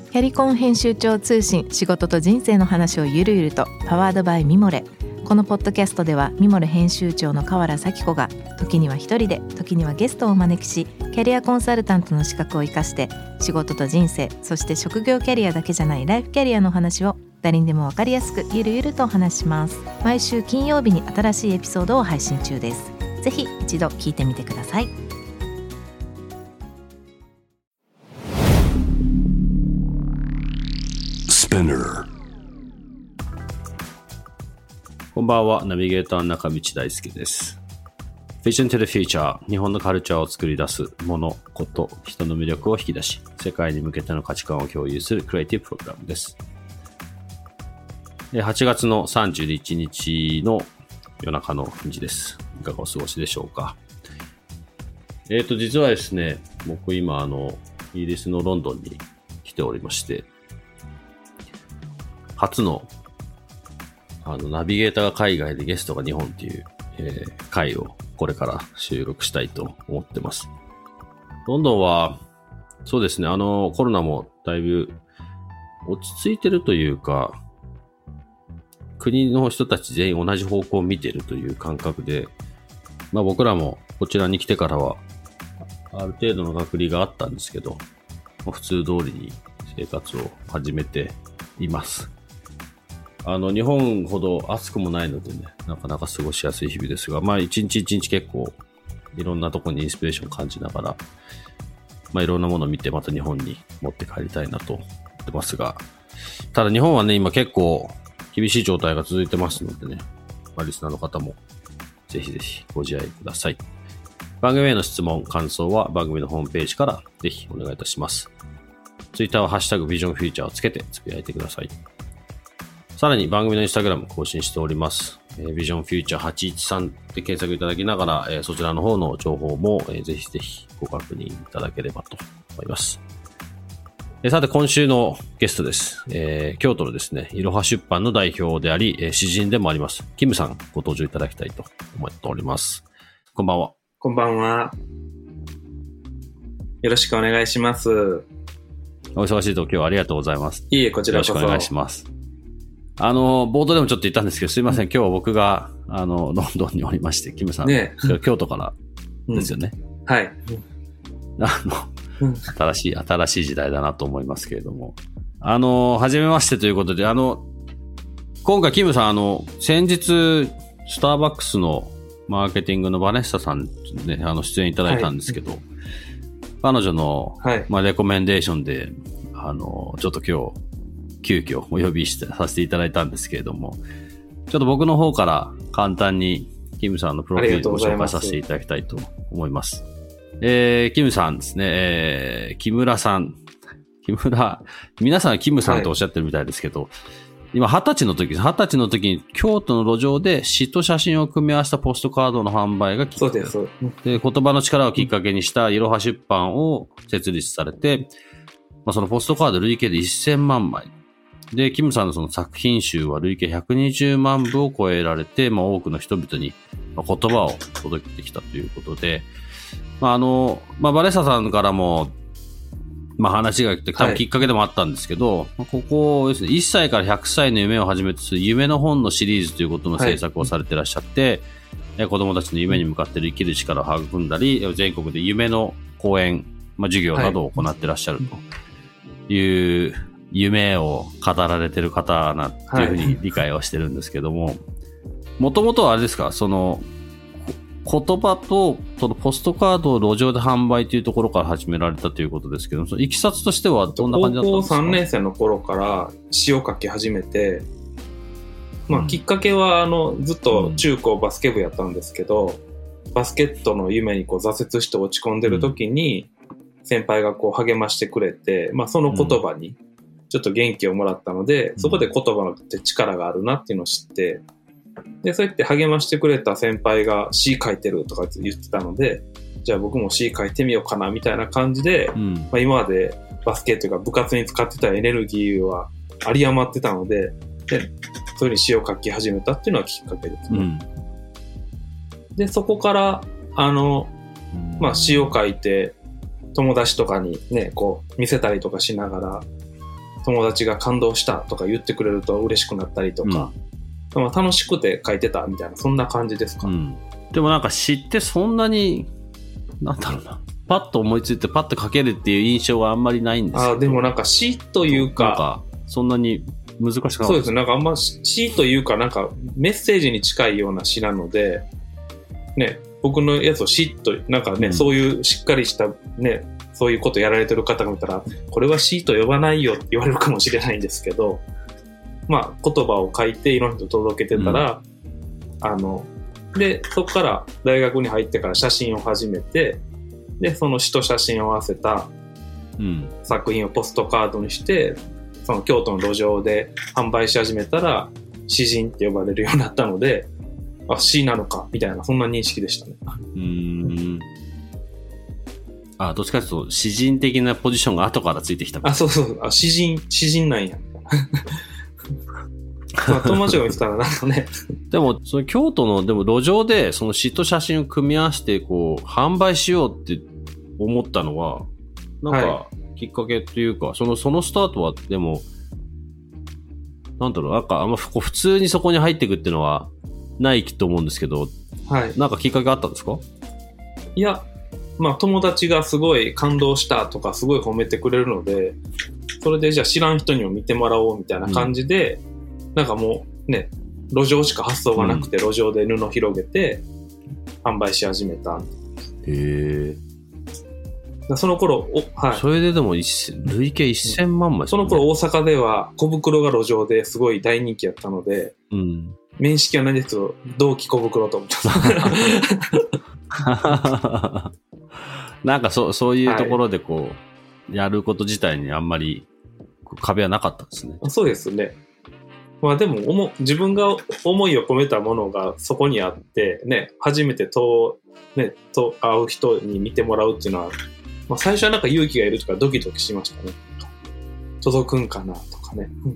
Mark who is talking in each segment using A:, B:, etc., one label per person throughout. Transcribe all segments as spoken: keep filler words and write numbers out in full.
A: キャリコン編集長通信、仕事と人生の話をゆるゆると、パワードバイミモレ。このポッドキャストではミモレ編集長の河原咲子が時には一人で、時にはゲストをお招きし、キャリアコンサルタントの資格を生かして仕事と人生、そして職業キャリアだけじゃないライフキャリアの話を誰にでも分かりやすくゆるゆるとお話します。毎週金曜日に新しいエピソードを配信中です。ぜひ一度聞いてみてください。
B: こんばんは、ナビゲーター中道大輔です。Vision to the Future、日本のカルチャーを作り出すもの、こと、人の魅力を引き出し、世界に向けての価値観を共有するクリエイティブプログラムです。はちがつのさんじゅういちにちの夜中のにじです。いかがお過ごしでしょうか。えっと、実はですね、僕今、あの、イギリスのロンドンに来ておりまして、初のあの、ナビゲーターが海外でゲストが日本っていう、えー、回をこれから収録したいと思ってます。ロンドンは、そうですね、あの、コロナもだいぶ落ち着いてるというか、国の人たち全員同じ方向を見てるという感覚で、まあ僕らもこちらに来てからは、ある程度の隔離があったんですけど、普通通りに生活を始めています。あの、日本ほど暑くもないのでね、なかなか過ごしやすい日々ですが、まあ一日一日結構いろんなところにインスピレーションを感じながら、まあいろんなものを見てまた日本に持って帰りたいなと思ってますが、ただ日本はね、今結構厳しい状態が続いてますのでね、まあ、リスナーの方もぜひぜひご自愛ください。番組への質問、感想は番組のホームページからぜひお願いいたします。ツイッターはハッシュタグビジョンフューチャーをつけてつぶやいてください。さらに番組のインスタグラム更新しております。えー、ビジョンフューチャーはちいちさんで検索いただきながら、えー、そちらの方の情報も、えー、ぜひぜひご確認いただければと思います。えー、さて今週のゲストです。えー、京都のですね、いろは出版の代表であり、えー、詩人でもあります、キムさんご登場いただきたいと思っております。こんばんは。
C: こんばんは。よろしくお願いします。
B: お忙しいと今日はありがとうございます。
C: いいえ、こちらこそ。
B: よろしくお願いします。あの、冒頭でもちょっと言ったんですけど、すいません。今日は僕が、あの、ロンドンにおりまして、キムさん、ね、京都からですよね。
C: うん、はい。
B: あの、新しい、新しい時代だなと思いますけれども。あの、はじめましてということで、あの、今回キムさん、あの、先日、スターバックスのマーケティングのバネッサさんね、あの、出演いただいたんですけど、はい、彼女の、はい、まあ、レコメンデーションで、あの、ちょっと今日、急遽お呼びしてさせていただいたんですけれども、ちょっと僕の方から簡単にキムさんのプロフィールをご紹介させていただきたいと思います。えー、キムさんですね、えー、木村さん。木村、皆さんはキムさんとおっしゃってるみたいですけど、はい、今二十歳の時です。二十歳の時に京都の路上で詩と写真を組み合わせたポストカードの販売がきっかけ。そうです。で、言葉の力をきっかけにしたいろは出版を設立されて、まあ、そのポストカード累計でせんまんまい。で、キムさんのその作品集は累計ひゃくにじゅうまんぶを超えられて、まあ多くの人々に言葉を届けてきたということで、まああの、まあバレッサさんからも、まあ話が来て、多分きっかけでもあったんですけど、はい、ここですね、いっさいからひゃくさいの夢をはじめとする夢の本のシリーズということの制作をされていらっしゃって、はい、子供たちの夢に向かって生きる力を育んだり、全国で夢の講演、まあ授業などを行っていらっしゃるという、はい、夢を語られてる方なっていうふうに理解をしてるんですけども、もともとはあれですか、その言葉とそのポストカードを路上で販売というところから始められたということですけど、そのいきさつとしてはどんな感じだったんですか？
C: 高校さんねん生の頃から詩を書き始めて、まあきっかけはあのずっと中高バスケ部やったんですけど、うん、バスケットの夢にこう挫折して落ち込んでる時に先輩がこう励ましてくれて、まあその言葉に、うんちょっと元気をもらったので、そこで言葉って力があるなっていうのを知って、で、そうやって励ましてくれた先輩が詩書いてるとか言ってたので、じゃあ僕も詩書いてみようかなみたいな感じで、うん、まあ、今までバスケというか部活に使ってたエネルギーは有り余ってたので、で、そういうふうに詩を書き始めたっていうのはきっかけですね。うん、で、そこから、あの、まあ詩を書いて、友達とかにね、こう見せたりとかしながら、 友達が感動したとか言ってくれると嬉しくなったりとか、うん、まあ楽しくて書いてたみたいな、そんな感じですか。うん、
B: でもなんか詩ってそんなに、なんだろうな、パッと思いついてパッと書けるっていう印象はあんまりないんですけど。
C: あ、でもなんか詩というか、
B: なんかそんなに難しくない。
C: そうですね。なんかあんま詩というか、なんかメッセージに近いような詩なので、ね、僕のやつを詩と、なんかね、うん、そういうしっかりしたね、そういうことやられてる方が見たら、これは詩と呼ばないよって言われるかもしれないんですけど、まあ言葉を書いていろんな人届けてたら、うん、あの、で、そこから大学に入ってから写真を始めて、で、その詩と写真を合わせた作品をポストカードにして、その京都の路上で販売し始めたら、詩人って呼ばれるようになったので、あ、詩なのか、みたいな、そんな認識でしたね。
B: うーん。あ、どっちかというと、詩人的なポジションが後からついてきた。
C: あ、そうそう。あ、詩人、詩人なんや。まあ、友達が見てたらなんかね。
B: でも、その京都の、でも路上で、その詩と写真を組み合わせて、こう、販売しようって思ったのは、なんか、きっかけっていうか、はい、その、そのスタートは、でも、なんだろう、なんか、あんま、普通にそこに入っていくっていうのは、ないと思うんですけど、
C: はい。
B: なんかきっかけがあったんですか？
C: いや、まあ友達がすごい感動したとかすごい褒めてくれるので、それでじゃあ知らん人にも見てもらおうみたいな感じで、うん、なんかもうね、路上しか発想がなくて、うん、路上で布広げて販売し始めた。
B: へ
C: ー。その頃、お、はい。
B: それででも累計せんまんまい、ね、
C: その頃大阪では小袋が路上ですごい大人気やったので、うん、面識はないですけど、同期小袋と思って
B: ます。なんかそ、そういうところでこう、はい、やること自体にあんまり壁はなかったんですね。
C: そうですね。まあでも、おも自分が思いを込めたものがそこにあって、ね、初めてと、ね、と会う人に見てもらうっていうのは、まあ最初はなんか勇気がいるとかドキドキしましたね。届くんかなとかね。うん、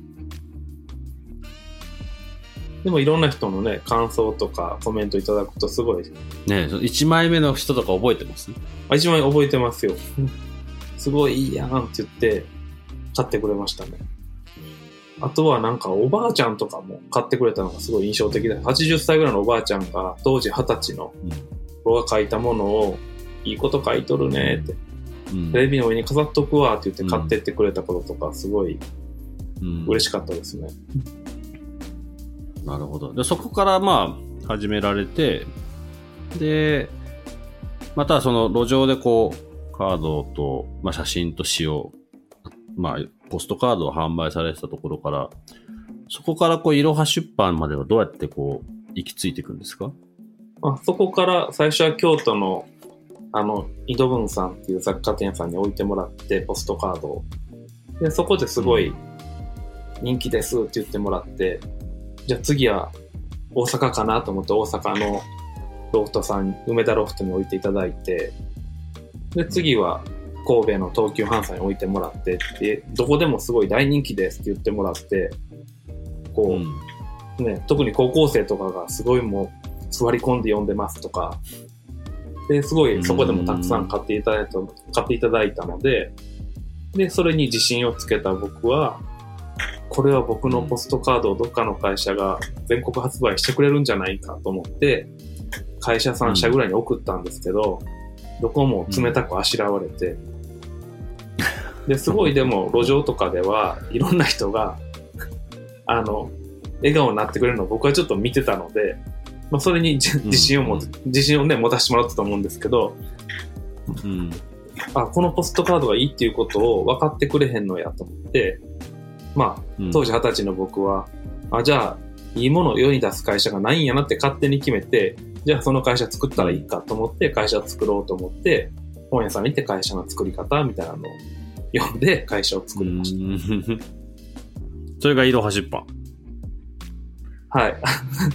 C: でもいろんな人のね、感想とかコメントいただくとすごい。
B: ねえ、いちまいめの人とか覚えてます？
C: あ、いちまい覚えてますよ。すごいいいやんって言って買ってくれましたね。あとはなんかおばあちゃんとかも買ってくれたのがすごい印象的で、はちじゅっさいぐらいのおばあちゃんが当時はたちの子が書いたものを、いいこと書いとるねって、うん、テレビの上に飾っとくわって言って買ってってくれたこととかすごい嬉しかったですね。
B: うん、なるほど。で、そこからまあ始められて、で、またその路上でこうカードと、まあ、写真と詩を、まあポストカードを販売されてたところから、そこからこういろは出版まではどうやってこう行き着いていくんですか？
C: あ、そこから最初は京都のあの井戸文さんっていう雑貨店さんに置いてもらってポストカードを、でそこですごい人気ですって言ってもらって、うん、じゃあ次は大阪かなと思って大阪のロフトさん、梅田ロフトに置いていただいて、で次は神戸の東急ハンさんに置いてもらってって、どこでもすごい大人気ですって言ってもらって、こう、うん、ね、特に高校生とかがすごいもう座り込んで読んでますとか、で、すごいそこでもたくさん買っていただいた、買っていただいたので、で、それに自信をつけた僕は、これは僕のポストカードをどっかの会社が全国発売してくれるんじゃないかと思って、会社さん社ぐらいに送ったんですけど、どこも冷たくあしらわれて、で、すごいでも路上とかではいろんな人が、あの、笑顔になってくれるのを僕はちょっと見てたので、まあ、それに自信を持つ、自信をね、持たせてもらったと思うんですけど、うん、あ、このポストカードがいいっていうことを分かってくれへんのやと思って、まあ、当時二十歳の僕は、あ、じゃあ、いいものを世に出す会社がないんやなって勝手に決めて、じゃあその会社作ったらいいかと思って、会社を作ろうと思って、本屋さんに行って会社の作り方みたいなのを読んで会社を作りました。
B: それがいろは出版。
C: はい。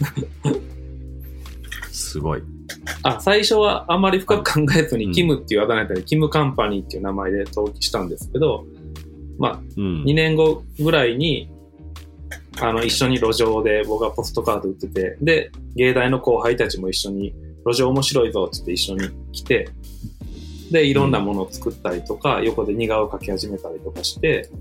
B: すごい。
C: あ、最初はあんまり深く考えずに、キムっていうあだ名で、キムカンパニーっていう名前で登記したんですけど、まあ、うん、にねんごぐらいに、あの、一緒に路上で僕がポストカード売ってて、で、芸大の後輩たちも一緒に、路上面白いぞって言って一緒に来て、で、いろんなものを作ったりとか、うん、横で似顔絵を描き始めたりとかして、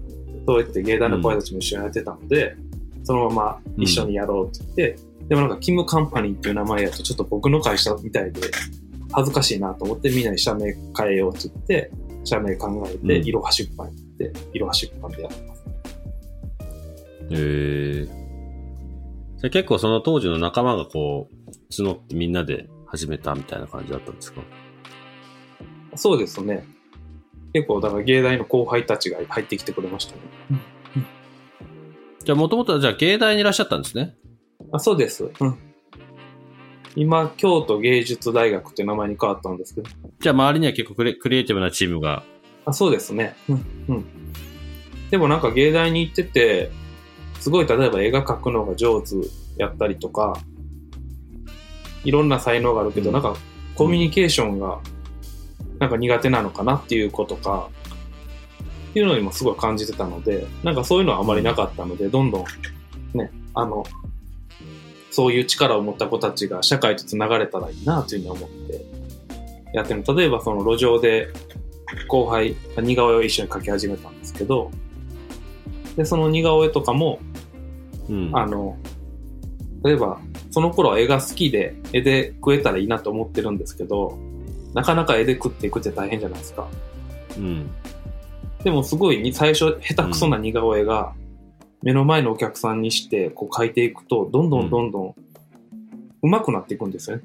C: そうやって芸大の子たちも一緒にやってたので、うん、そのまま一緒にやろうって言って、うん、でもなんかキムカンパニーっていう名前やとちょっと僕の会社みたいで恥ずかしいなと思ってみんなに社名変えようって言って、社名考えて、いろは出版に行って、いろは出版でやってます。
B: へー。じゃあ結構その当時の仲間がこう、募ってみんなで始めたみたいな感じだったんですか？
C: そうですね。結構だから芸大の後輩たちが入ってきてくれましたね。
B: うん、じゃあもともとはじゃあ芸大にいらっしゃったんですね。
C: あ、そうです。うん。今京都芸術大学って名前に変わったんですけど。
B: じゃあ周りには結構クリ、クリエイティブなチームが。
C: あ、そうですね。うんうん。でもなんか芸大に行ってて、すごい例えば絵が描くのが上手やったりとか、いろんな才能があるけど、うん、なんかコミュニケーションがなんか苦手なのかなっていうことか、っていうのにもすごい感じてたので、なんかそういうのはあまりなかったので、どんどんね、あの、そういう力を持った子たちが社会とつながれたらいいなというふうに思ってやってる。例えばその路上で後輩、似顔絵を一緒に描き始めたんですけど、で、その似顔絵とかも、うん、あの、例えばその頃は絵が好きで絵で食えたらいいなと思ってるんですけど、なかなか絵で食っていくって大変じゃないですか。うん。でもすごい最初下手くそな似顔絵が目の前のお客さんにしてこう描いていくと、どんどんどんどん上手くなっていくんですよね。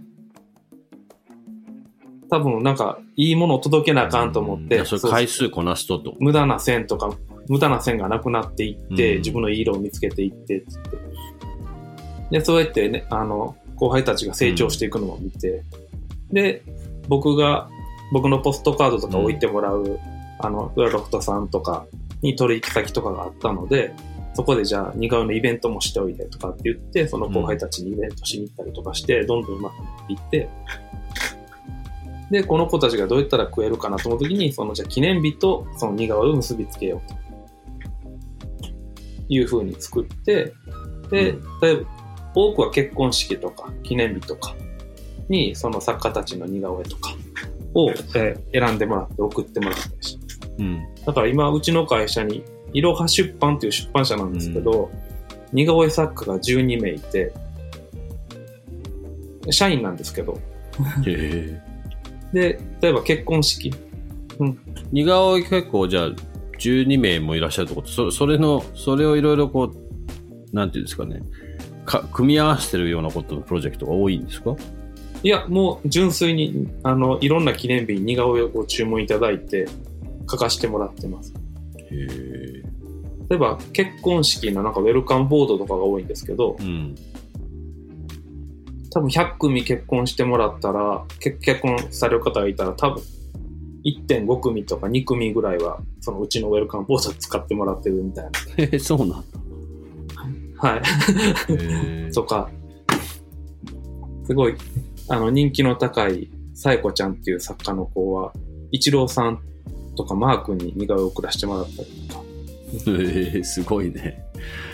C: 多分なんかいいものを届けなあかんと思って、
B: うん、それ回数こなすとと
C: 無駄な線とか無駄な線がなくなっていって、うん、自分のいい色を見つけていってってで、そうやってね、あの後輩たちが成長していくのを見て、うん、で僕が僕のポストカードとか置いてもらう、うん、あのウラロフトさんとかに取引先とかがあったので、そこでじゃあ似顔絵のイベントもしておいでとかって言って、その後輩たちにイベントしに行ったりとかして、どんどん上手くなっていって、でこの子たちがどうやったら食えるかなと思うときに、そのじゃあ記念日とその似顔絵を結びつけようという風に作って、で例えば多くは結婚式とか記念日とかにその作家たちの似顔絵とかを、えー、選んでもらって送ってもらったりします、うん、だから今うちの会社にいろは出版っていう出版社なんですけど、うん、似顔絵作家がじゅうにめいいて、社員なんですけどへで例えば結婚式、
B: うん、似顔絵結構じゃあじゅうにめいもいらっしゃるってこと、そ, それのそれをいろいろこうなんていうんですかね、か組み合わせてるようなことのプロジェクトが多いんですか？
C: いや、もう純粋にあのいろんな記念日に似顔絵をご注文いただいて描かしてもらってます。へー。例えば結婚式のなんかウェルカムボードとかが多いんですけど、うん、多分ひゃくくみ結婚してもらったら、結婚される方がいたら多分 いってんごくみとかにくみぐらいはそのうちのウェルカムボードを使ってもらってるみたいな。
B: へー、そうなんだ。
C: はい。とか、すごいあの人気の高いさえこちゃんっていう作家の子は、イチローさんとかマー君に似顔絵を送らせてもらったりとか。
B: えー、すごいね。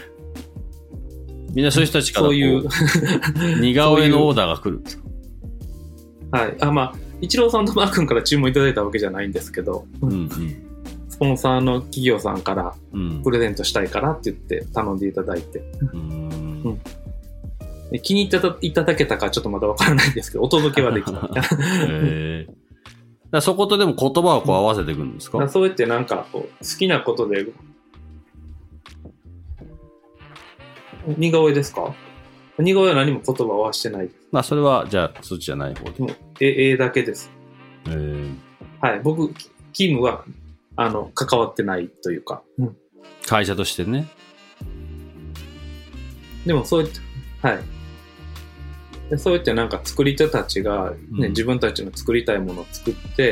B: みんなそういう人たちからこういう似顔絵のオーダーが来るんですか？
C: はい。あ、まあ、イチローさんとマー君から注文いただいたわけじゃないんですけど、うんうん、スポンサーの企業さんからプレゼントしたいからって言って頼んでいただいて。うんうんで気に入っていただけたかちょっとまだわからないんですけど、お届けはできた。
B: へー。だそことでも言葉をこう合わせていくんですか？
C: そうやってなんかこう好きなことで似顔絵ですか？似顔絵は何も言葉を合わせてないです。
B: まあそれはじゃあそっちじゃない方で。もう
C: 絵だけです。
B: へー。
C: はい。僕キムはあの関わってないというか、うん、
B: 会社としてね。
C: でもそうやってはい。でそうやってなんか作り手たちが、ねうん、自分たちの作りたいものを作って、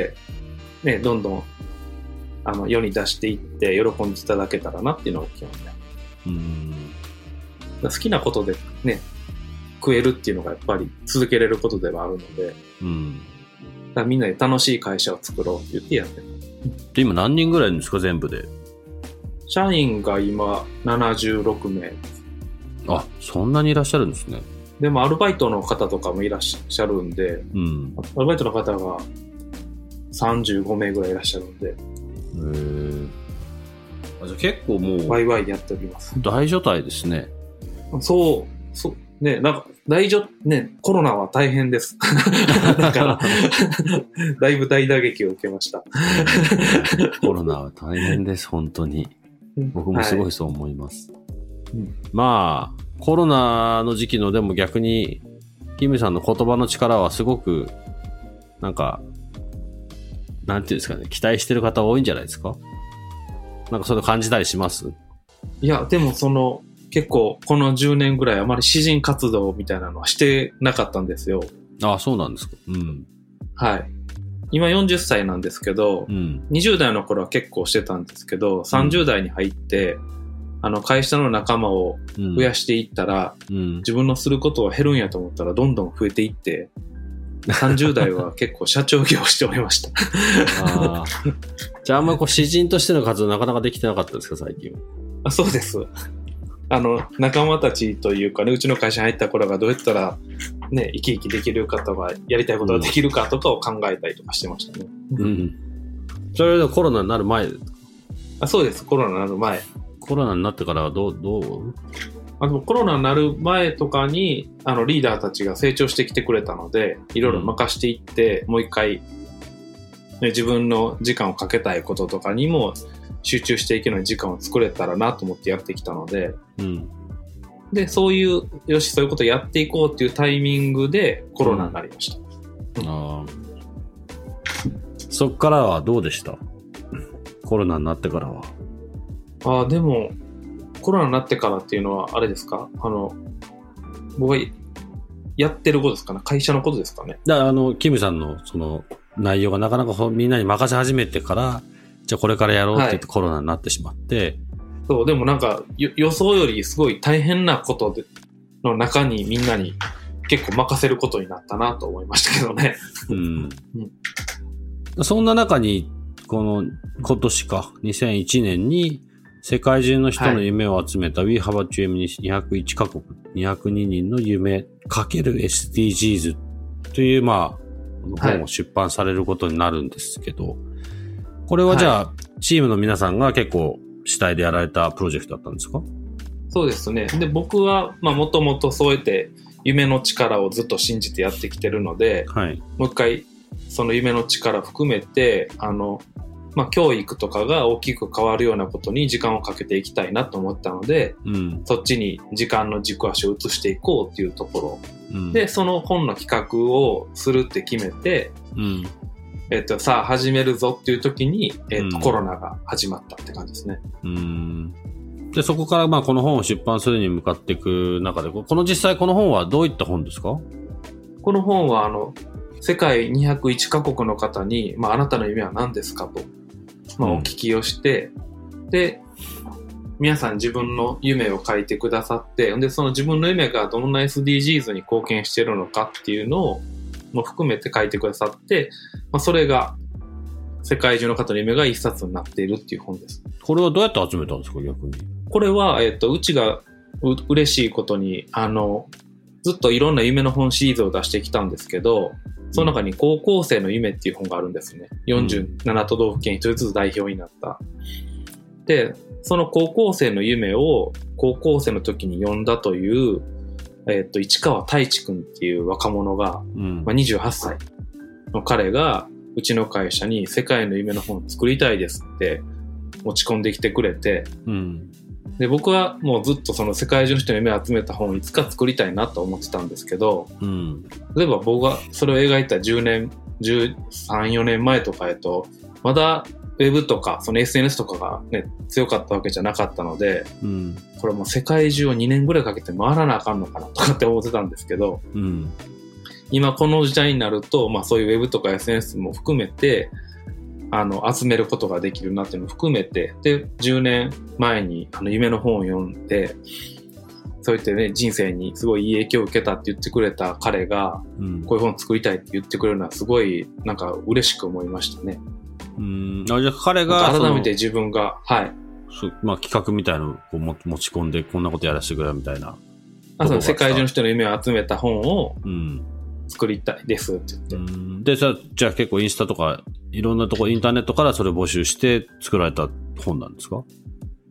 C: ね、どんどんあの世に出していって喜んでいただけたらなっていうのが基本で、うん、好きなことでね食えるっていうのがやっぱり続けれることではあるので、うん、だからみんなで楽しい会社を作ろうって言ってやってる。
B: で今何人ぐらいいるんですか全部で？
C: 社員が今ななじゅうろくめいです。
B: あ、そんなにいらっしゃるんですね。
C: でもアルバイトの方とかもいらっしゃるんで、うん、アルバイトの方がさんじゅうごめいぐらいいらっしゃるんで。へー。
B: あ、じゃあ結構もう
C: ワイワイやっております。
B: 大所帯ですね。
C: そうそうね、なんか大所ねコロナは大変です。だからだいぶ大打撃を受けました。
B: コロナは大変です本当に。僕もすごいそう思います。はい、まあコロナの時期のでも逆にキムさんの言葉の力はすごくなんかなんていうんですかね、期待してる方多いんじゃないですか。なんかそれ感じたりします？
C: いやでもその結構このじゅうねんぐらいあまり詩人活動みたいなのはしてなかったんですよ。
B: ああ、そうなんですか。うん。
C: はい。今よんじゅっさいなんですけど、うん、にじゅう代の頃は結構してたんですけど、さんじゅう代に入って、うん、あの会社の仲間を増やしていったら、うん、自分のすることは減るんやと思ったらどんどん増えていって、さんじゅう代は結構社長業をしておりました。
B: あじゃああんまりこう詩人としての活動なかなかできてなかったですか最近は。
C: あ、そうです。あの仲間たちというかね、うちの会社に入った頃がどうやったらね生き生きできるかとかやりたいことができるかとかを考えたりとかしてましたね。
B: うん。うん、それでコロナになる前ですか？
C: あ、そうです。コロナになる前。
B: コロナになってからはどうどう？
C: あのコロナになる前とかにあのリーダーたちが成長してきてくれたので、いろいろ任していって、うん、もう一回、ね、自分の時間をかけたいこととかにも集中していけるように時間を作れたらなと思ってやってきたので、うん、でそういうよしそういうことをやっていこうっていうタイミングでコロナになりました。うん、あ
B: そっからはどうでした？コロナになってからは。
C: あでもコロナになってからっていうのはあれですか？あの僕がやってることですかね？会社のことですかね？
B: だからあのキムさんのその内容がなかなかみんなに任せ始めてから、じゃあこれからやろうって言ってコロナになってしまって、はい、
C: そうでもなんか予想よりすごい大変なことでの中にみんなに結構任せることになったなと思いましたけどね。うん。
B: うん、そんな中にこの今年かにせんいちねんに世界中の人の夢を集めた We Have a Dream にひゃくいちカ国にひゃくににんの夢× エスディージーズ というまあ本を出版されることになるんですけど、はい、これはじゃあ、はい、チームの皆さんが結構主体でやられたプロジェクトだったんですか？
C: そうですね。で僕はまあもともとそうやって夢の力をずっと信じてやってきてるので、はい、もう一回その夢の力を含めてあのまあ、教育とかが大きく変わるようなことに時間をかけていきたいなと思ったので、うん、そっちに時間の軸足を移していこうっていうところ、うん、でその本の企画をするって決めて、うんえっと、さあ始めるぞっていう時に、えっとうん、コロナが始まったって感じですね。
B: うんでそこからまあこの本を出版するに向かっていく中で、この実際この本はどういった本ですか？
C: この本はあの世界にひゃくいちカ国の方に、まあ、あなたの夢は何ですかとまあ、お聞きをして、うん、で皆さん自分の夢を書いてくださって、でその自分の夢がどんな エスディージーズ に貢献しているのかっていうのをも含めて書いてくださって、まあ、それが世界中の方の夢が一冊になっているっていう本です。
B: これはどうやって集めたんですか？逆に
C: これは、えっと、うちがう嬉しいことにあのずっといろんな夢の本シリーズを出してきたんですけど、その中に高校生の夢っていう本があるんですね。よんじゅうなな都道府県一人ずつ代表になった。で、その高校生の夢を高校生の時に読んだという、えっと、市川太一くんっていう若者が、うんまあ、にじゅうはっさいの彼がうちの会社に世界の夢の本を作りたいですって持ち込んできてくれて、うんで僕はもうずっとその世界中の人の夢を集めた本をいつか作りたいなと思ってたんですけど、うん、例えば僕がそれを描いたじゅうねん、じゅうさん、よねんまえとかへとまだウェブとかその エスエヌエス とかが、ね、強かったわけじゃなかったので、うん、これもう世界中をにねんぐらいかけて回らなあかんのかなとかって思ってたんですけど、うん、今この時代になると、まあ、そういうウェブとか エスエヌエス も含めてあの集めることができるなっていうのを含めて、でじゅうねんまえにあの夢の本を読んで、そうやってね人生にすごいいい影響を受けたって言ってくれた彼が、うん、こういう本作りたいって言ってくれるのはすごいなんか嬉しく思いましたね。
B: うん、あじゃあ彼が
C: 改めて自分がはい
B: そまあ企画みたいなのをこう持ち込んでこんなことやらせてくれみたいな。
C: あそう世界中の人の夢を集めた本を、うん作りたいですって言って。
B: うんでさ、じゃあ結構インスタとかいろんなとこインターネットからそれを募集して作られた本なんですか？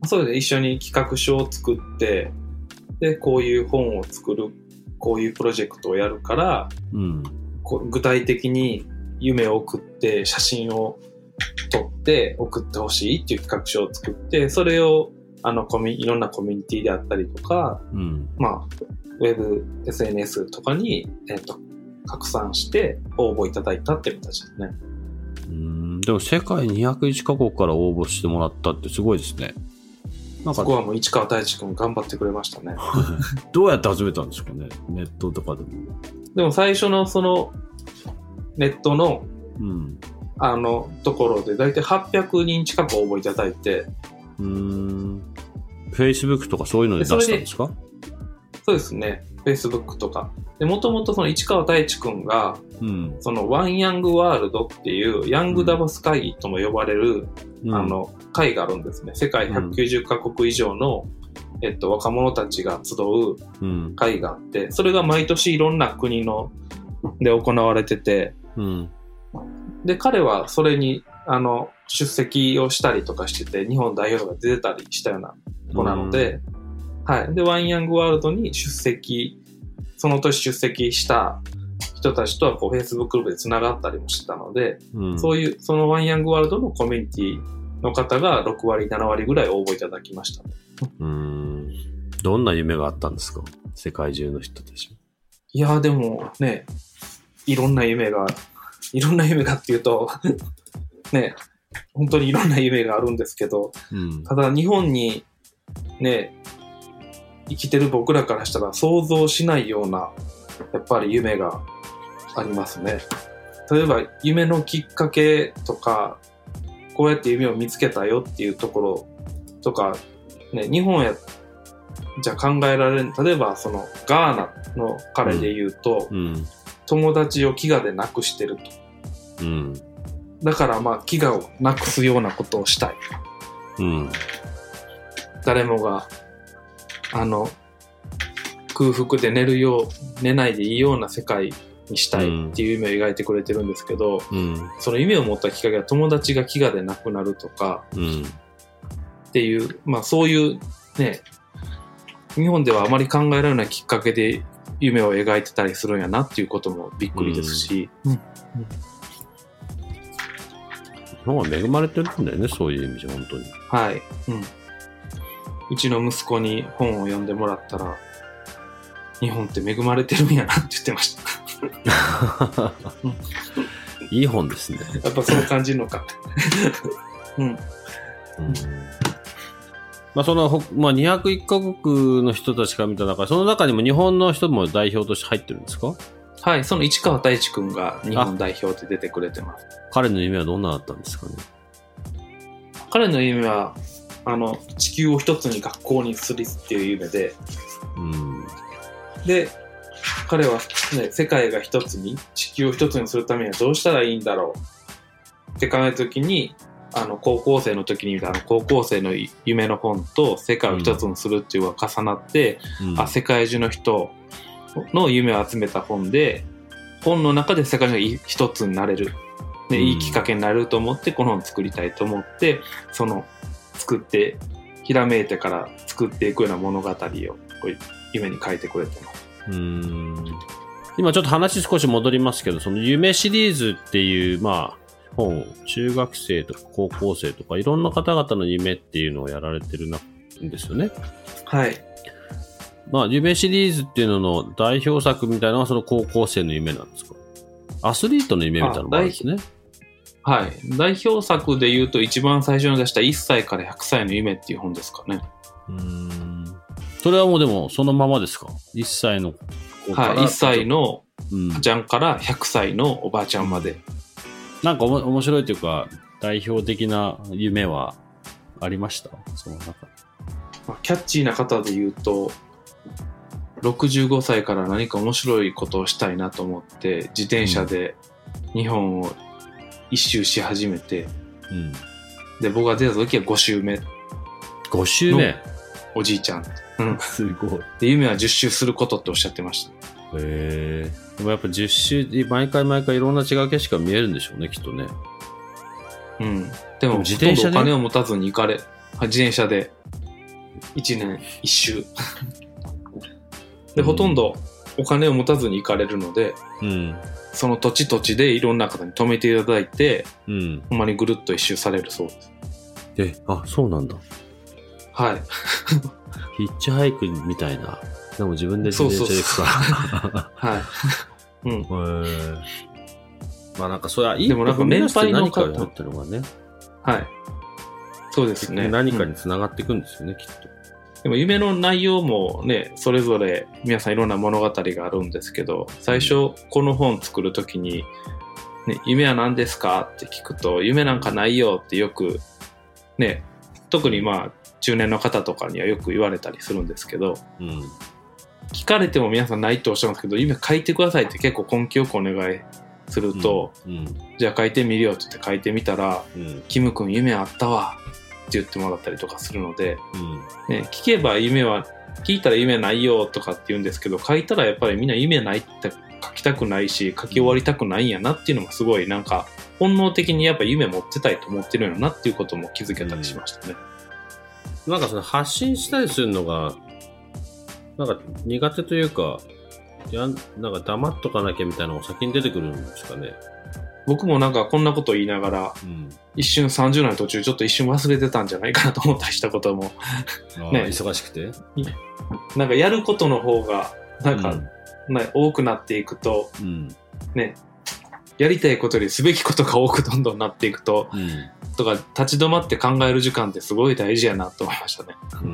C: それで一緒に企画書を作って、で、こういう本を作る、こういうプロジェクトをやるから、うん、こう具体的に夢を送って写真を撮って送ってほしいっていう企画書を作って、それをあのコミいろんなコミュニティであったりとか、うん、まあウェブ エスエヌエス とかに、えっと、拡散して応募いただいたって形ですね。
B: うーん、でも世界にひゃくいちカ国から応募してもらったってすごいですね。
C: なんかそこはもう市川大地君頑張ってくれましたね。
B: どうやって始めたんですかね、ネットとかでも。
C: でも最初のそのネットの、うん、あのところでだいたいはっぴゃくにん近く応募いただいて、
B: うーん、Facebook とかそういうので出したんですか？
C: そうですね、Facebook とか。で、もともとその市川大地君が、うん、そのワンヤングワールドっていうヤングダボス会議とも呼ばれる、うん、あの会があるんですね。世界ひゃくきゅうじゅっカ国以上の、えっと、若者たちが集う会があって、それが毎年いろんな国ので行われてて、うん、で、彼はそれにあの出席をしたりとかしてて、日本代表とか出てたりしたような子なので、うん、はい。で、ワンヤングワールドに出席、その年出席した人たちとはこう Facebook グループで繋がったりもしてたので、うん、そういう、そのワンヤングワールドのコミュニティの方がろくわり、ななわりぐらい応募いただきました。
B: うーん。どんな夢があったんですか？世界中の人たち。
C: いや、でもね、いろんな夢が、いろんな夢がっていうと、ね、本当にいろんな夢があるんですけど、うん、ただ日本にね、生きてる僕らからしたら想像しないようなやっぱり夢がありますね。例えば夢のきっかけとか、こうやって夢を見つけたよっていうところとか、ね、日本やじゃ考えられる、例えばそのガーナの彼で言うと、うんうん、友達を飢餓で亡くしてると、うん、だからまあ飢餓をなくすようなことをしたい、うん、誰もがあの空腹で寝るよう寝ないでいいような世界にしたいっていう夢を描いてくれてるんですけど、うん、その夢を持ったきっかけは友達が飢餓で亡くなるとか、うん、っていうまあそういうね、日本ではあまり考えられないきっかけで夢を描いてたりするんやなっていうこともびっくりですし、うんうんうん、
B: 日本は恵まれてるんだよね、そういう意味じゃ本当に。
C: はい、うん。うちの息子に本を読んでもらったら、日本って恵まれてるんやなって言ってました。
B: いい本ですね。
C: やっぱそう感じるのか。うん。うん、
B: まあそのまあにひゃくいっカ国の人たちから見た中、その中にも日本の人も代表として入ってるんですか？
C: はい、その市川大地君が日本代表で出てくれてます。
B: 彼の夢はどんなだったんですかね？
C: 彼の夢はあの地球を一つに学校にするっていう夢で、うん、で彼は、ね、世界が一つに地球を一つにするためにはどうしたらいいんだろうって考えた時に、あの高校生の時に見たあの高校生の夢の本と世界を一つにするっていうのが重なって、うん、あ世界中の人の夢を集めた本で、本の中で世界中が一つになれる、ね、いいきっかけになれると思ってこの本を作りたいと思って、その作ってひらめいてから作っていくような物語をこう夢に書いてくれてます。
B: うーん、今ちょっと話少し戻りますけど、その夢シリーズっていうまあ本、中学生とか高校生とかいろんな方々の夢っていうのをやられてるんですよね。はい。まあ夢シリーズっていうのの代表作みたいなのはその高校生の夢なんですか？アスリートの夢みたいなのもあるんですね。
C: はい。代表作で言うと一番最初に出したいっさいからひゃくさいの夢っていう本ですかね。
B: うーん。それはもうでもそのままですか？いっさいの子から。
C: はい。いっさいの赤ちゃんからひゃくさいのおばあちゃんまで。
B: なんかおも面白いというか代表的な夢はありました？その中で。
C: キャッチーな方で言うと、ろくじゅうごさいから何か面白いことをしたいなと思って自転車で日本を一周し始めて、うん、で僕が出た時はご周目
B: ご周目
C: おじいちゃん、うん、
B: すごい。
C: で夢はじゅっ周することっておっしゃってました。
B: へえ。でもやっぱじゅっ周で毎回毎回いろんな違う景色が見えるんでしょうね、きっとね。
C: うん。でも自転車でお金を持たずに行かれ、自転車でいちねん一周で、ほとんどお金を持たずに行かれるので、
B: うん、
C: その土地土地でいろんな方に泊めていただいて、
B: うん、
C: ほんまにぐるっと一周されるそうです。
B: え、あ、そうなんだ。
C: はい。
B: ヒッチハイクみたいな。でも自分で自転車で行くから。
C: はい。うん。
B: へー。まあなんかそれはいい。
C: でもなんか年配の方
B: 何かをやってるのがね。
C: はい。そうですね。
B: 何かに繋がっていくんですよね、うん、きっと。
C: でも夢の内容もね、それぞれ皆さんいろんな物語があるんですけど、最初この本作るときに、ね、夢は何ですかって聞くと、夢なんかないよってよく、ね、特にまあ中年の方とかにはよく言われたりするんですけど、
B: うん、
C: 聞かれても皆さんないとおっしゃるんですけど、夢書いてくださいって結構根気よくお願いすると、うんうん、じゃあ書いてみるよって言って書いてみたら、うん、キム君夢あったわって言ってもらったりとかするので、うんね、聞けば夢は、聞いたら夢ないよとかって言うんですけど、書いたらやっぱりみんな夢ないって書きたくないし、書き終わりたくないんやなっていうのもすごいなんか本能的にやっぱ夢持ってたいと思ってるんやなっていうことも気づけたりしましたね。
B: うん、なんかその発信したりするのがなんか苦手というか、やんなんか黙っとかなきゃみたいなのが先に出てくるんですかね。
C: 僕もなんかこんなこと言いながら、うん、一瞬さんじゅう代の途中ちょっと一瞬忘れてたんじゃないかなと思ったりしたことも
B: ね、忙しくて
C: なんかやることの方がなんか、うんね、多くなっていくと、うん、ね、やりたいことよりすべきことが多くどんどんなっていくと、うん、とか立ち止まって考える時間ってすごい大事やなと思いましたね。うん、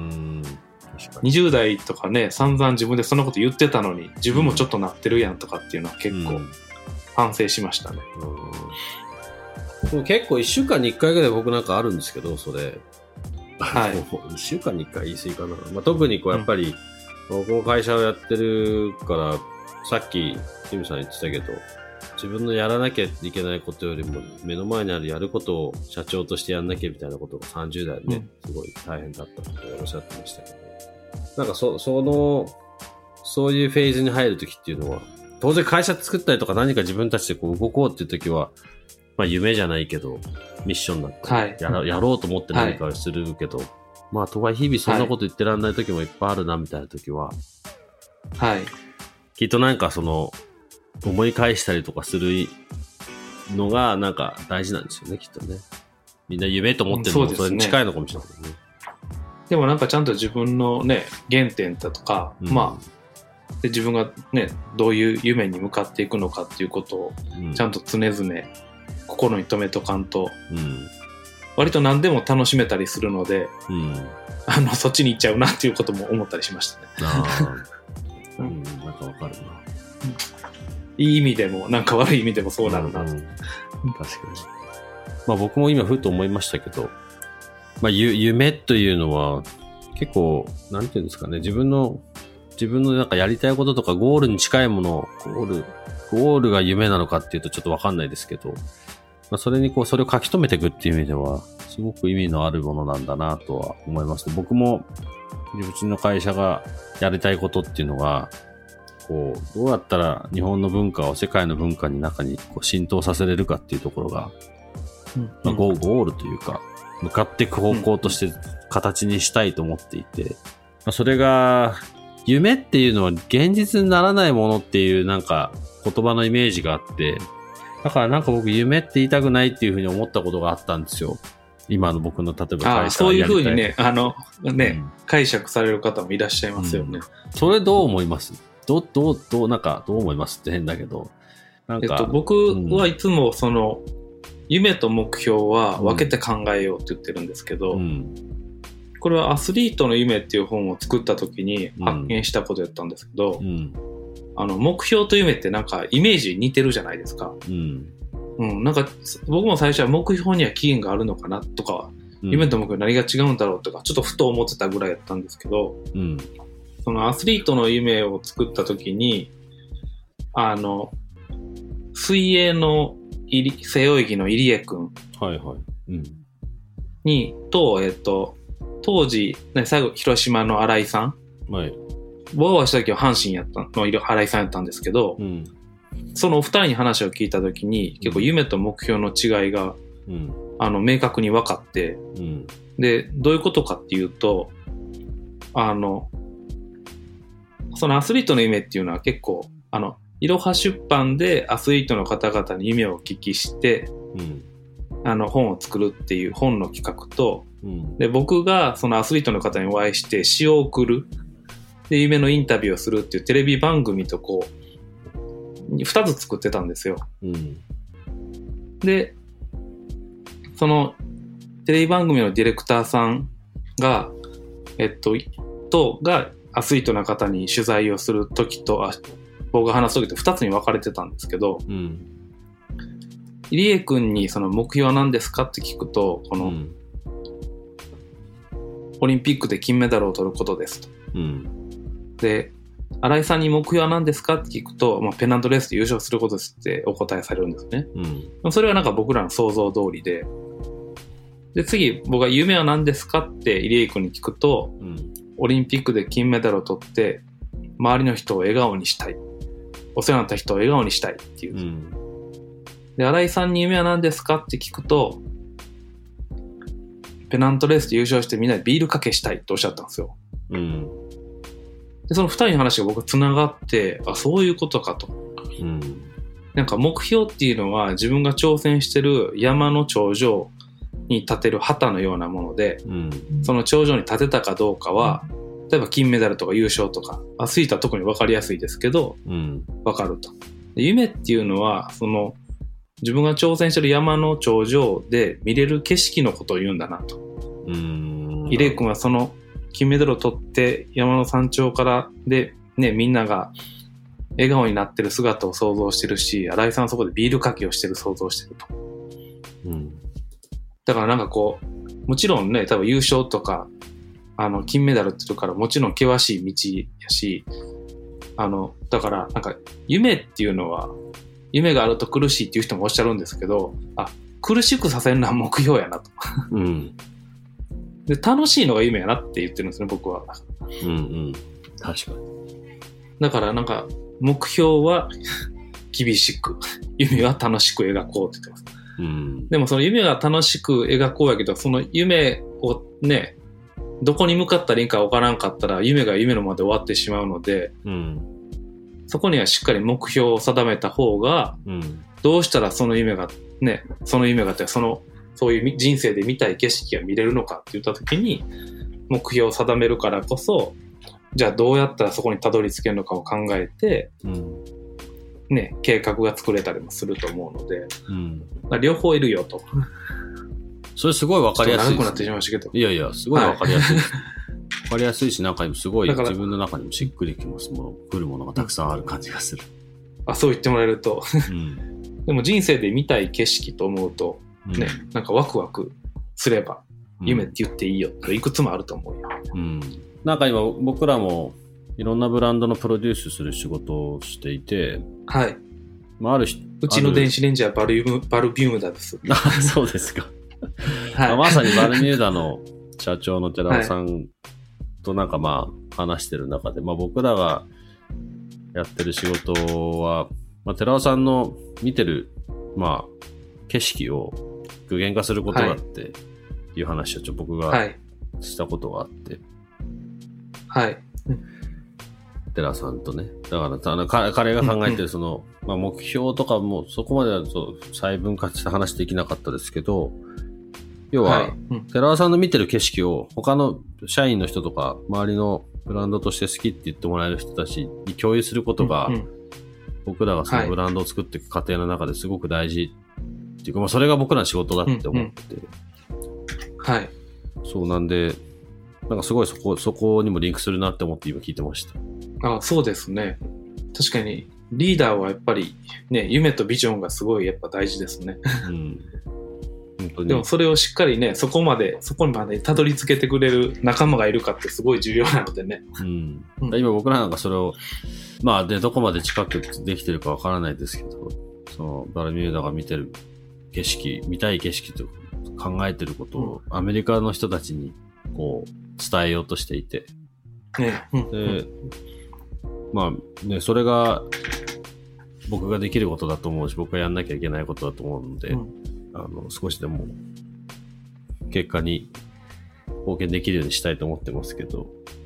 C: にじゅう代とかね、散々自分でそんなこと言ってたのに自分もちょっとなってるやんとかっていうのは結構、うん、反省しましたね。
B: うん、でも結構いっしゅうかんにいっかいぐらい僕なんかあるんですけど、それ。
C: はい。
B: いっしゅうかんにいっかい言い過ぎかな。まあ、特にこうやっぱり、うん、僕も会社をやってるから、さっきキムさん言ってたけど、自分のやらなきゃいけないことよりも目の前にあるやることを社長としてやんなきゃみたいなことがさんじゅう代でね、うん、すごい大変だったっておっしゃってましたけど、なんかそ、その、そういうフェーズに入るときっていうのは、当然会社作ったりとか何か自分たちでこう動こうっていうときは、まあ夢じゃないけど、ミッションだったり、はい、やら、やろうと思って何かをするけど、はい、まあとはいえ日々そんなこと言ってらんないときもいっぱいあるなみたいなときは、
C: はい。
B: きっとなんかその、思い返したりとかするのがなんか大事なんですよね、きっとね。みんな夢と思ってるのもそれに近いのかもしれないね。
C: でもなんかちゃんと自分のね、原点だとか、うん、まあで、自分がね、どういう夢に向かっていくのかっていうことを、ちゃんと常々心に留めとかんと、うん、割と何でも楽しめたりするので、うん、あの、そっちに行っちゃうなっていうことも思ったりしましたね。
B: あうん、なんかわかるな。
C: いい意味でも、なんか悪い意味でもそうなるな。うんうん、
B: 確かに。まあ僕も今ふと思いましたけど、まあゆ夢というのは結構、なんていうんですかね、自分の、自分のなんかやりたいこととかゴールに近いものを、ゴール、ゴールが夢なのかっていうとちょっとわかんないですけど、まあそれにこう、それを書き留めていくっていう意味では、すごく意味のあるものなんだなとは思います。僕も、うちの会社がやりたいことっていうのが、こう、どうやったら日本の文化を世界の文化の中にこう浸透させれるかっていうところが、うんまあ、ゴー、ゴールというか、向かっていく方向として形にしたいと思っていて、まあ、それが、夢っていうのは現実にならないものっていうなんか言葉のイメージがあって、だからなんか僕夢って言いたくないっていうふうに思ったことがあったんですよ。今の僕の例えば会社
C: ああそういうふうにね、あの、ね、うん、解釈される方もいらっしゃいますよね。
B: うん、それどう思います？どう、どう、どう、なんか、どう思いますって変だけど。なんか、
C: えっと、僕はいつもその、うん、夢と目標は分けて考えようって言ってるんですけど、うん、これはアスリートの夢っていう本を作った時に発見したことやったんですけど、うん、あの、目標と夢ってなんかイメージ似てるじゃないですか。うん。うん、なんか、僕も最初は目標には期限があるのかなとか、うん、夢と目標何が違うんだろうとか、ちょっとふと思ってたぐらいやったんですけど、うん、そのアスリートの夢を作った時に、あの、水泳の背泳ぎの入江くん
B: はいはい。うん、
C: に、と、えっと、当時、ね、最後、広島の新井さん。
B: はい。
C: 僕がした時は阪神やったの、新井さんやったんですけど、うん、そのお二人に話を聞いた時に、結構夢と目標の違いが、うん、あの、明確に分かって、うん、で、どういうことかっていうと、 あの、そのアスリートの夢っていうのは結構、あの、いろは出版でアスリートの方々に夢をお聞きして、うん、あの本を作るっていう本の企画と、うん、で僕がそのアスリートの方にお会いして詩を送るで夢のインタビューをするっていうテレビ番組とこうふたつ作ってたんですよ、うん、でそのテレビ番組のディレクターさんがえっととがアスリートの方に取材をするときとあ僕が話すときとふたつに分かれてたんですけど、うん、入江君にその目標は何ですかって聞くとこの、うん、オリンピックで金メダルを取ることですと、うん、で新井さんに目標は何ですかって聞くと、まあ、ペナントレースで優勝することですってお答えされるんですね、うん、それはなんか僕らの想像通りでで次僕が夢は何ですかって入江君に聞くと、うん、オリンピックで金メダルを取って周りの人を笑顔にしたいお世話になった人を笑顔にしたいっていう、うん、で新井さんに夢は何ですかって聞くとペナントレースで優勝してみんなでビールかけしたいとおっしゃったんですよ、うん、でそのふたりの話が僕つながってあそういうことかと、うん、なんか目標っていうのは自分が挑戦してる山の頂上に立てる旗のようなもので、うん、その頂上に立てたかどうかは、うん、例えば金メダルとか優勝とかアスリートは特に分かりやすいですけど、うん、分かるとで夢っていうのはその自分が挑戦してる山の頂上で見れる景色のことを言うんだなと。うーん入江君はその金メダルを取って山の山頂からで、ね、みんなが笑顔になってる姿を想像してるし新井さんはそこでビールかけをしてる想像してると、うん、だからなんかこうもちろんね多分優勝とかあの金メダルって言うからもちろん険しい道やしあのだからなんか夢っていうのは夢があると苦しいっていう人もおっしゃるんですけどあ苦しくさせるのは目標やなと、うん、で楽しいのが夢やなって言ってるんですね僕は、うんうん、
B: 確かに
C: だからなんか目標は厳しく夢は楽しく描こうって言ってます、うん、でもその夢が楽しく描こうやけどその夢をねどこに向かったらいいか分からんかったら夢が夢のまで終わってしまうので、うん、そこにはしっかり目標を定めた方が、うん、どうしたらその夢がねその夢がってそのそういう人生で見たい景色が見れるのかって言った時に目標を定めるからこそじゃあどうやったらそこにたどり着けるのかを考えて、うんね、計画が作れたりもすると思うので、うん、両方いるよと。
B: それすごいわかりやすいです、ね。
C: 長くなってしまいましたけど。
B: いやいや、すごいわかりやすいです。わ、はい、かりやすいし、なんかすごい自分の中にもしっくりきます。もう来るものがたくさんある感じがする。
C: あ、そう言ってもらえると。うん、でも人生で見たい景色と思うと、ね、うん、なんかワクワクすれば、夢って言っていいよっていくつもあると思うよ。
B: うん。なんか今僕らもいろんなブランドのプロデュースする仕事をしていて、
C: はい。
B: まあ、ある
C: うちの電子レンジはバルビュバルビューダです。
B: あ、そうですか。はいまあ、まさにバルミューダの社長の寺尾さんとなんかまあ話してる中で、まあ僕らがやってる仕事は、まあ寺尾さんの見てるまあ景色を具現化することだっていう話をちょっと僕がしたことがあって、
C: はい。
B: 寺さんとね。だから、彼彼が考えてるその、うんうん、まあ目標とかもそこまでは細分化して話できなかったですけど、要は、はいうん、寺尾さんの見てる景色を他の社員の人とか周りのブランドとして好きって言ってもらえる人たちに共有することが、うんうん、僕らがそのブランドを作っていく過程の中ですごく大事っていうか、まあそれが僕らの仕事だって思ってて、
C: うんうん、はい。
B: そうなんで、なんかすごいそこ、そこにもリンクするなって思って今聞いてました。
C: あ、そうですね。確かにリーダーはやっぱりね、夢とビジョンがすごいやっぱ大事ですね。うん。本当に。でもそれをしっかりね、そこまで、そこまでたどり着けてくれる仲間がいるかってすごい重要なのでね。うん。
B: うん、今僕らなんかそれを、まあで、どこまで近くできてるかわからないですけど、そのバルミューダが見てる景色、見たい景色と考えてることをアメリカの人たちにこう伝えようとしていて、ねうん、で、まあね、それが僕ができることだと思うし、僕がやんなきゃいけないことだと思うので、うん、あの少しでも結果に貢献できるようにしたいと思ってますけど、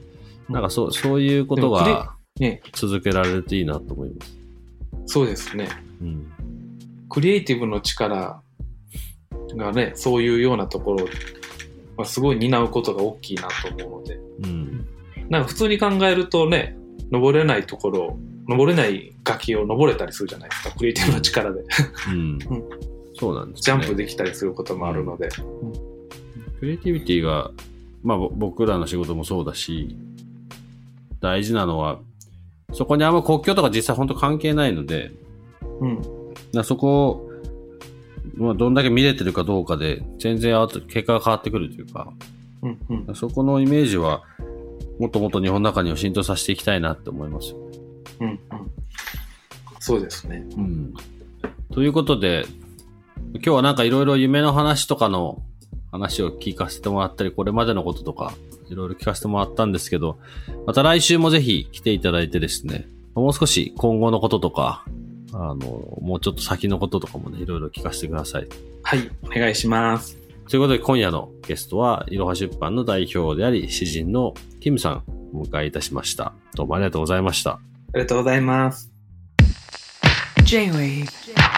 B: なんかそう、そういうことが続けられるといいなと思います。
C: そうですね。
B: うん。
C: クリエイティブの力がね、そういうようなところはすごい担うことが大きいなと思うので。
B: うん。
C: なんか普通に考えるとね、登れないところ、登れない崖を登れたりするじゃないですか、クリエイティブの力で。
B: うん。うん、そうなんですね。
C: ジャンプできたりすることもあるので。
B: うん、クリエイティビティが、まあ僕らの仕事もそうだし、大事なのは、そこにあんま国境とか実際本当関係ないので、
C: うん。
B: だそこを、まあ、どんだけ見れてるかどうかで、全然結果が変わってくるというか、
C: うんうん、
B: そこのイメージは、もっともっと日本の中にも浸透させていきたいなって思います。
C: うんうん。そうですね。
B: うん。ということで、今日はなんかいろいろ夢の話とかの話を聞かせてもらったり、これまでのこととか、いろいろ聞かせてもらったんですけど、また来週もぜひ来ていただいてですね、もう少し今後のこととか、あの、もうちょっと先のこととかもね、いろいろ聞かせてください。
C: はい、お願いします。
B: ということで今夜のゲストは、いろは出版の代表であり、詩人のキムさんをお迎えいたしました。どうもありがとうございました。
C: ありがとうございます。
D: J-Wave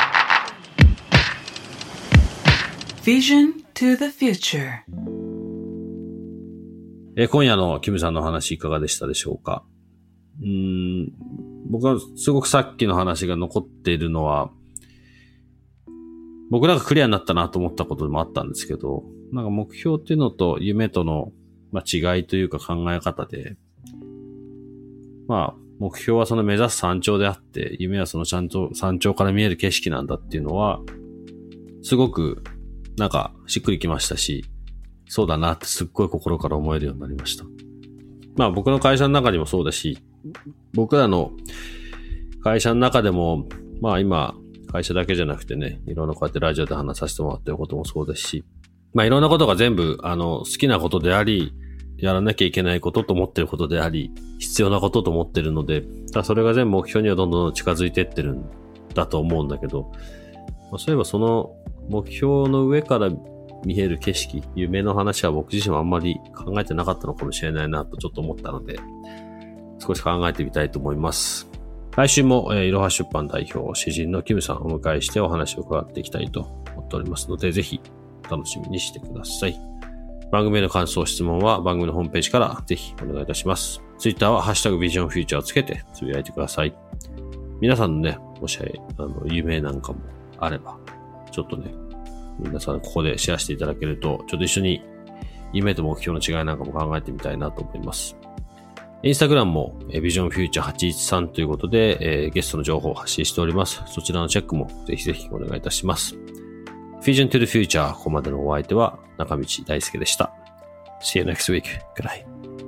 D: Vision to the Future。
B: え今夜のキムさんの話いかがでしたでしょうか。うーん僕はすごくさっきの話が残っているのは、僕なんかクリアになったなと思ったこともあったんですけど、なんか目標っていうのと夢との、まあ、違いというか考え方で、まあ目標はその目指す山頂であって、夢はそのちゃんと山頂から見える景色なんだっていうのは、すごくなんかしっくりきましたし、そうだなってすっごい心から思えるようになりました。まあ僕の会社の中にもそうだし、僕らの会社の中でも、まあ今、会社だけじゃなくてね、いろんなこうやってラジオで話させてもらってることもそうですし、まあいろんなことが全部、あの、好きなことであり、やらなきゃいけないことと思ってることであり、必要なことと思ってるので、ただそれが全部目標にはどんどん近づいていってるんだと思うんだけど、まあ、そういえばその目標の上から見える景色、夢の話は僕自身はあんまり考えてなかったのかもしれないなとちょっと思ったので、少し考えてみたいと思います。来週も、えー、いろは出版代表、詩人のキムさんをお迎えしてお話を伺っていきたいと思っておりますので、ぜひ楽しみにしてください。番組への感想、質問は番組のホームページからぜひお願いいたします。ツイッターはハッシュタグビジョンフューチャーをつけてつぶやいてください。皆さんのね、もしあの夢なんかもあれば、ちょっとね、皆さんここでシェアしていただけると、ちょっと一緒に夢と目標の違いなんかも考えてみたいなと思います。インスタグラムもビジョンフューチャーはちいちさんということで、えー、ゲストの情報を発信しております。そちらのチェックもぜひぜひお願いいたします。Vision to the Future、ここまでのお相手は中道大輔でした。See you next week. Good night.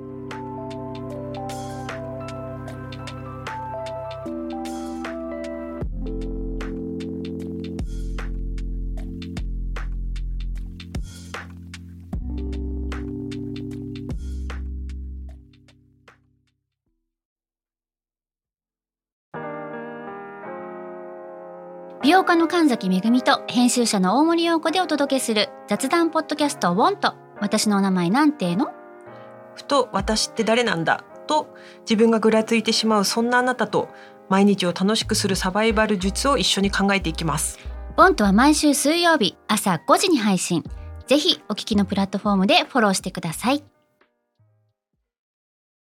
E: 美容家の神崎めぐみと編集者の大森洋子でお届けする雑談ポッドキャストウォンと、私のお名前なんての？
F: ふと私って誰なんだと自分がぐらついてしまう、そんなあなたと毎日を楽しくするサバイバル術を一緒に考えていきます。
E: ウォンとは毎週水曜日朝ごじに配信。ぜひお聞きのプラットフォームでフォローしてください。